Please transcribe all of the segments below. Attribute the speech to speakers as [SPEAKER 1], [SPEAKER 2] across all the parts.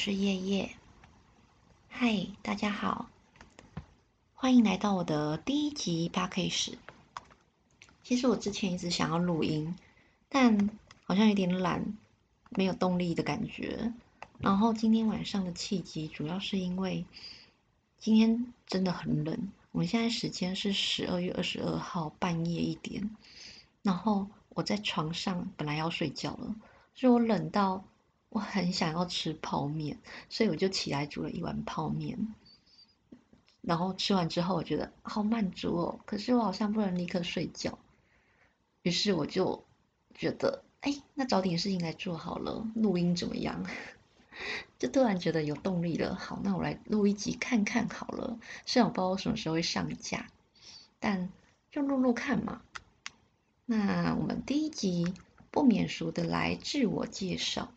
[SPEAKER 1] 是叶叶。嗨，大家好，欢迎来到我的第一集 Podcast。其实我之前一直想要录音，但好像有点懒，没有动力的感觉。然后今天晚上的契机，主要是因为今天真的很冷。我们现在时间是12月22号半夜1点，然后我在床上本来要睡觉了，所以我冷到我很想要吃泡面，所以我就起来煮了一碗泡面。然后吃完之后，我觉得好满足哦，可是我好像不能立刻睡觉，于是我就觉得，哎，那找点事情来做好了，录音怎么样？就突然觉得有动力了。好，那我来录一集看看好了。虽然我不知道什么时候会上架，但就录录看嘛。那我们第一集不免俗的来自我介绍。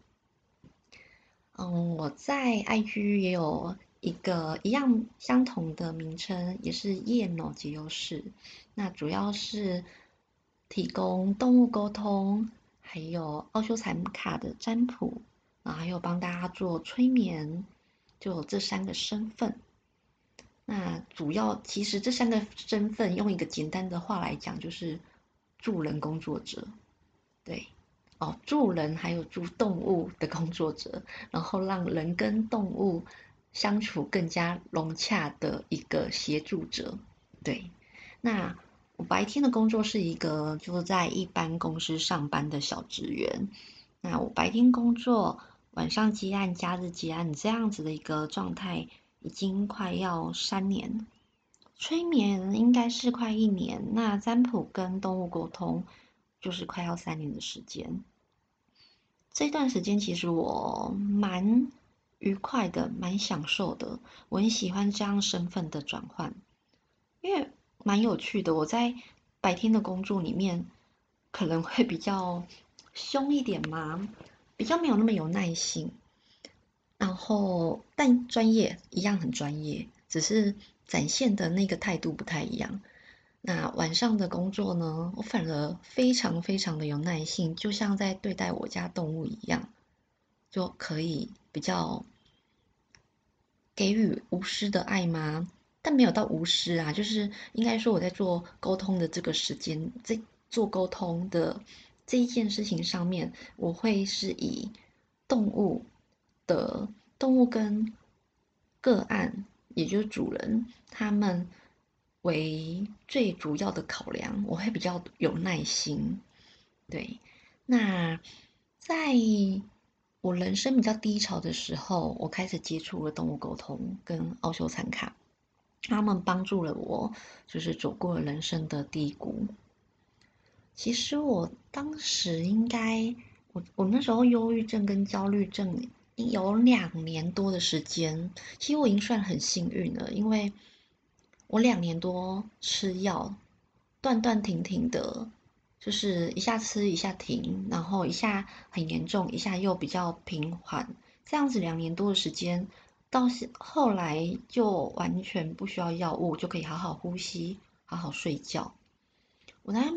[SPEAKER 1] 我在 IG 也有一个一样相同的名称，也是叶脑解忧室。那主要是提供动物沟通，还有奥修禅卡的占卜，然后还有帮大家做催眠，就有这三个身份。那主要其实这三个身份用一个简单的话来讲，就是助人工作者。对，助人还有助动物的工作者，然后让人跟动物相处更加融洽的一个协助者。对，那我白天的工作是一个就是在一般公司上班的小职员。那我白天工作，晚上接案、假日接案这样子的一个状态，已经快要3年。催眠应该是快1年，那占卜跟动物沟通就是快要3年的时间。这段时间其实我蛮愉快的，蛮享受的。我很喜欢这样身份的转换，因为蛮有趣的。我在白天的工作里面可能会比较凶一点嘛，比较没有那么有耐心。然后，但专业一样很专业，只是展现的那个态度不太一样。那晚上的工作呢，我反而非常非常的有耐性，就像在对待我家动物一样，就可以比较给予无私的爱吗？但没有到无私啊，就是应该说我在做沟通的这个时间，在做沟通的这一件事情上面，我会是以动物的动物跟个案，也就是主人他们为最主要的考量，我会比较有耐心。对，那在我人生比较低潮的时候，我开始接触了动物沟通跟奥修禅卡，他们帮助了我，就是走过了人生的低谷。其实我当时应该，我那时候忧郁症跟焦虑症有2年多的时间，其实我已经算很幸运了，因为我2年多吃药，断断停停的，就是一下吃一下停，然后一下很严重，一下又比较平缓，这样子2年多的时间，后来就完全不需要药物，就可以好好呼吸，好好睡觉。我还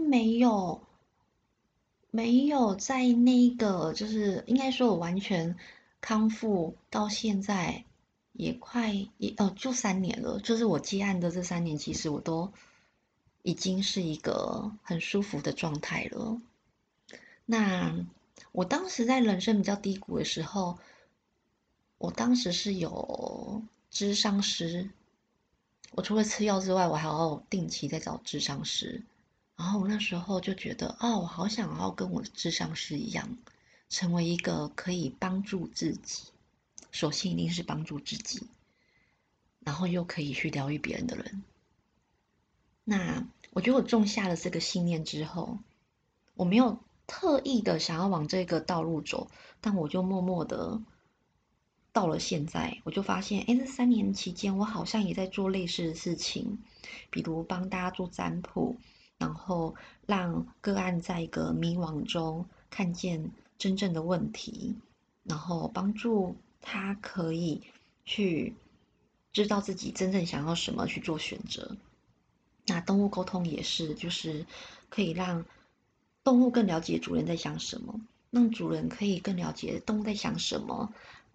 [SPEAKER 1] 没有在那个，就是应该说，我完全康复到现在就3年了。就是我接案的这3年，其实我都已经是一个很舒服的状态了。那我当时在人生比较低谷的时候，我当时是有咨商师，我除了吃药之外，我还要定期在找咨商师。然后我那时候就觉得，我好想要跟我的咨商师一样，成为一个可以帮助自己，首先一定是帮助自己，然后又可以去疗愈别人的人。那我觉得我种下了这个信念之后，我没有特意的想要往这个道路走，但我就默默的到了现在，我就发现，哎，这3年期间，我好像也在做类似的事情，比如帮大家做占卜，然后让个案在一个迷惘中看见真正的问题，然后帮助他可以去知道自己真正想要什么，去做选择。那动物沟通也是，就是可以让动物更了解主人在想什么，让主人可以更了解动物在想什么，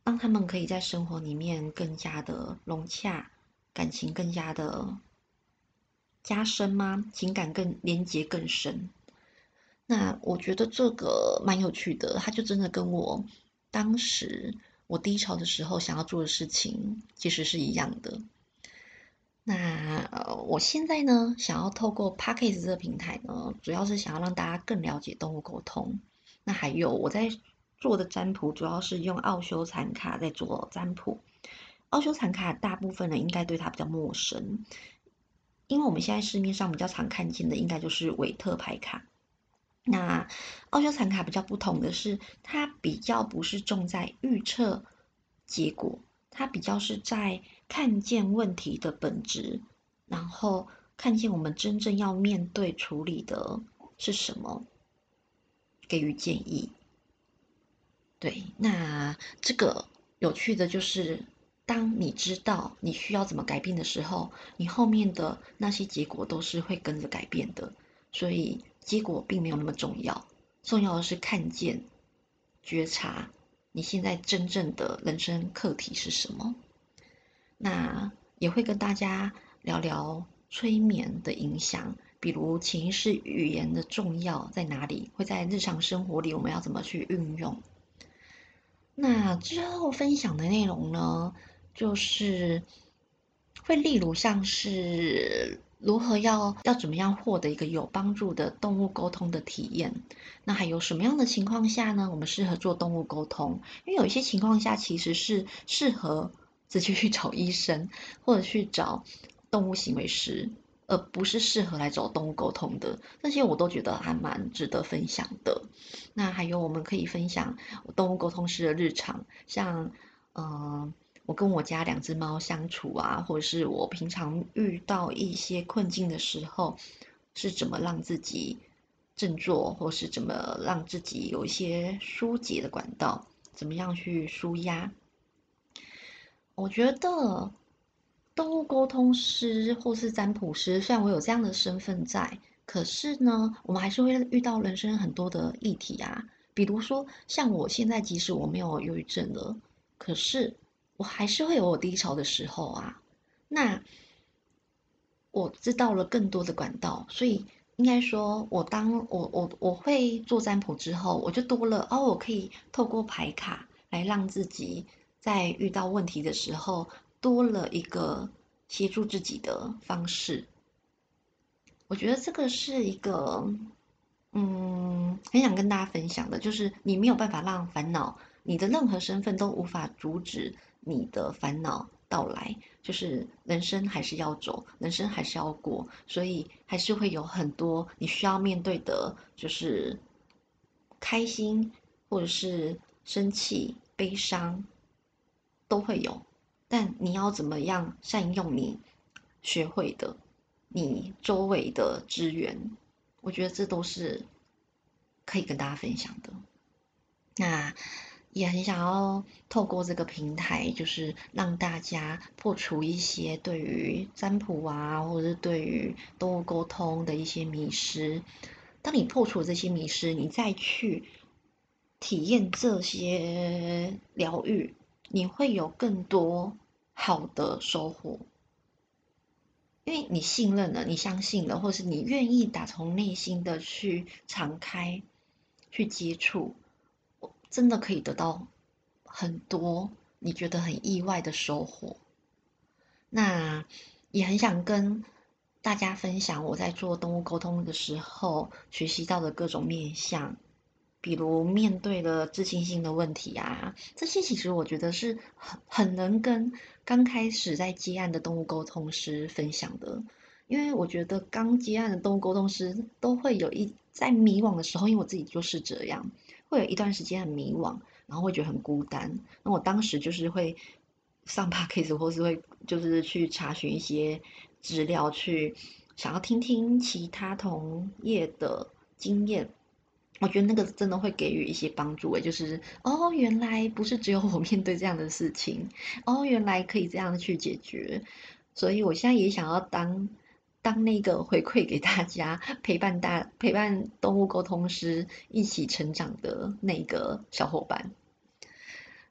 [SPEAKER 1] 让他们可以在生活里面更加的融洽，感情更加的加深吗？情感更连接更深。那我觉得这个蛮有趣的，它就真的跟我当时我低潮的时候想要做的事情其实是一样的。那我现在呢，想要透过 Podcast 这个平台呢，主要是想要让大家更了解动物沟通。那还有我在做的占卜，主要是用奥修禅卡在做占卜。奥修禅卡大部分人应该对它比较陌生，因为我们现在市面上比较常看见的，应该就是韦特牌卡。那奥修禅卡比较不同的是，它比较不是重在预测结果，它比较是在看见问题的本质，然后看见我们真正要面对处理的是什么，给予建议。对，那这个有趣的就是，当你知道你需要怎么改变的时候，你后面的那些结果都是会跟着改变的，所以结果并没有那么重要，重要的是看见、觉察你现在真正的人生课题是什么。那也会跟大家聊聊催眠的影响，比如潜意识语言的重要在哪里，会在日常生活里我们要怎么去运用。那之后分享的内容呢，就是会例如像是如何要怎么样获得一个有帮助的动物沟通的体验。那还有什么样的情况下呢，我们适合做动物沟通？因为有一些情况下其实是适合直接去找医生，或者去找动物行为师，而不是适合来找动物沟通的。这些我都觉得还蛮值得分享的。那还有我们可以分享动物沟通师的日常，像我跟我家两只猫相处啊，或者是我平常遇到一些困境的时候，是怎么让自己振作，或是怎么让自己有一些疏解的管道，怎么样去舒压。我觉得动物沟通师或是占卜师，虽然我有这样的身份在，可是呢，我们还是会遇到人生很多的议题啊。比如说，像我现在，即使我没有忧郁症了，可是我还是会有我低潮的时候啊。那我知道了更多的管道，所以应该说我会做占卜之后，我就多了哦，我可以透过牌卡来让自己在遇到问题的时候多了一个协助自己的方式。我觉得这个是一个很想跟大家分享的，就是你没有办法让烦恼，你的任何身份都无法阻止你的烦恼到来，就是人生还是要走，人生还是要过，所以还是会有很多你需要面对的，就是开心或者是生气、悲伤都会有，但你要怎么样善用你学会的，你周围的资源，我觉得这都是可以跟大家分享的。那也很想要透过这个平台，就是让大家破除一些对于占卜啊，或者是对于动物沟通的一些迷失。当你破除这些迷失，你再去体验这些疗愈，你会有更多好的收获。因为你信任了，你相信了，或是你愿意打从内心的去敞开、去接触，真的可以得到很多你觉得很意外的收获。那也很想跟大家分享我在做动物沟通的时候学习到的各种面向，比如面对了自信心的问题啊，这些其实我觉得是很能跟刚开始在接案的动物沟通师分享的，因为我觉得刚接案的动物沟通师都会在迷惘的时候，因为我自己就是这样，会有一段时间很迷惘，然后会觉得很孤单。那我当时就是会上 Podcast，或是会就是去查询一些资料，去想要听听其他同业的经验。我觉得那个真的会给予一些帮助，就是哦，原来不是只有我面对这样的事情，哦，原来可以这样去解决。所以我现在也想要当那个回馈给大家，陪伴动物沟通师一起成长的那个小伙伴。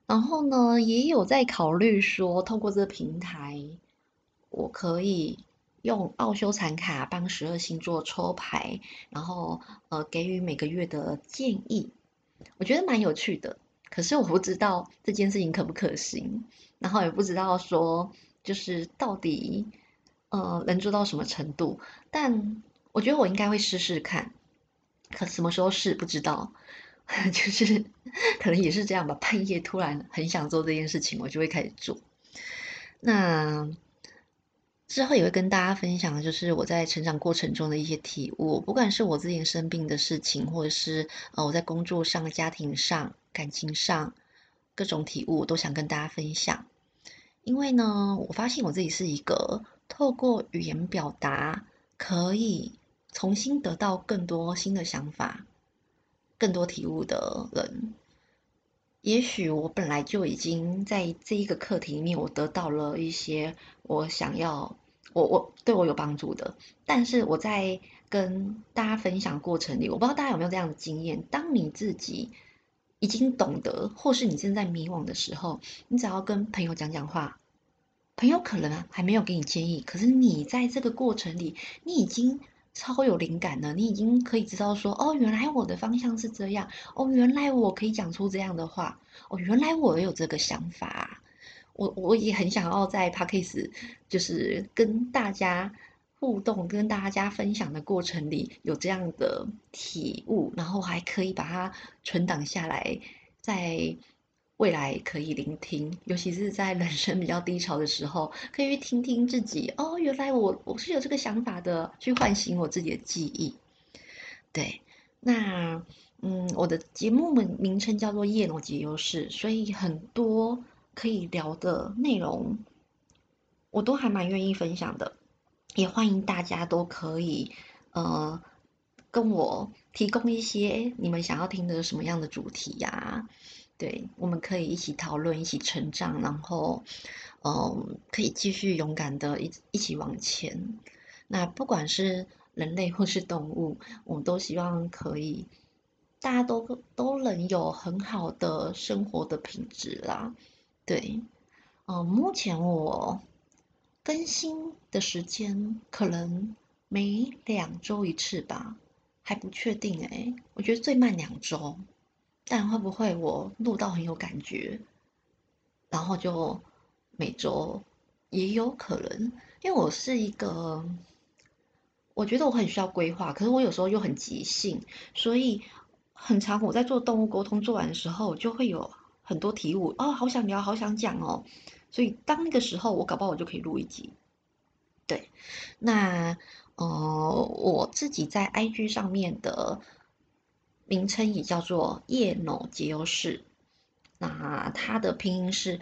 [SPEAKER 1] 然后呢，也有在考虑说，透过这个平台，我可以用奥修禅卡帮12星座抽牌，然后给予每个月的建议，我觉得蛮有趣的。可是我不知道这件事情可不可行，然后也不知道说就是到底能做到什么程度，但我觉得我应该会试试看。可什么时候试不知道，就是可能也是这样吧。半夜突然很想做这件事情，我就会开始做。那之后也会跟大家分享，就是我在成长过程中的一些体悟，不管是我之前生病的事情，或者是我在工作上、家庭上、感情上各种体悟，我都想跟大家分享。因为呢，我发现我自己是一个透过语言表达，可以重新得到更多新的想法、更多体悟的人。也许我本来就已经在这一个课题里面，我得到了一些我想要，我对我有帮助的。但是我在跟大家分享过程里，我不知道大家有没有这样的经验：当你自己已经懂得，或是你正在迷惘的时候，你只要跟朋友讲讲话，朋友可能还没有给你建议，可是你在这个过程里，你已经超有灵感了，你已经可以知道说，哦，原来我的方向是这样，哦，原来我可以讲出这样的话，哦，原来我有这个想法。我也很想要在 Podcast 就是跟大家互动、跟大家分享的过程里有这样的体悟，然后还可以把它存档下来，在未来可以聆听，尤其是在人生比较低潮的时候，可以去听听自己。哦，原来我是有这个想法的，去唤醒我自己的记忆。对，那我的节目名称叫做《叶诺解忧室》，所以很多可以聊的内容，我都还蛮愿意分享的，也欢迎大家都可以呃跟我提供一些你们想要听的什么样的主题呀、对，我们可以一起讨论，一起成长，然后可以继续勇敢的一起往前。那不管是人类或是动物，我们都希望可以大家都能有很好的生活的品质啦。对，目前我更新的时间可能每2周一次吧，还不确定诶，我觉得最慢2周，但会不会我录到很有感觉，然后就每周也有可能，因为我是一个，我觉得我很需要规划，可是我有时候又很急性，所以很常我在做动物沟通做完的时候，就会有很多题目哦，好想聊，好想讲哦，所以当那个时候，我搞不好我就可以录一集。对，那我自己在 IG 上面的名称也叫做叶某解忧室，那它的拼音是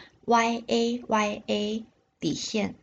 [SPEAKER 1] YAYA 底线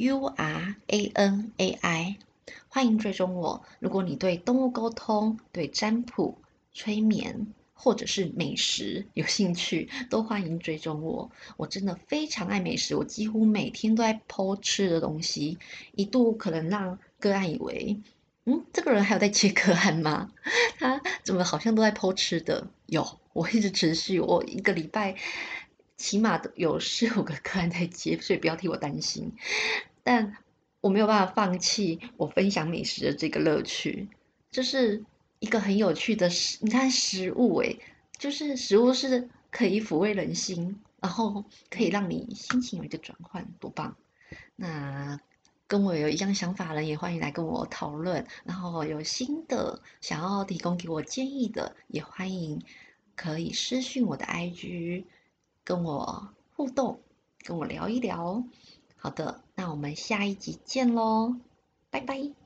[SPEAKER 1] URANAI，欢迎追踪我。如果你对动物沟通、对占卜、催眠或者是美食有兴趣，都欢迎追踪我。我真的非常爱美食，我几乎每天都在 po 吃的东西，一度可能让个案以为，这个人还有在接个案吗？他怎么好像都在 po 吃的？有，我一直持续，我一个礼拜起码都有4、5个个案在接，所以不要替我担心。但我没有办法放弃我分享美食的这个乐趣，这是一个很有趣的食。你看食物，诶，就是食物是可以抚慰人心，然后可以让你心情有一个转换，多棒！那跟我有一样想法的人，也欢迎来跟我讨论。然后有新的想要提供给我建议的，也欢迎可以私讯我的 IG，跟我互动，跟我聊一聊。好的，那我们下一集见喽，拜拜。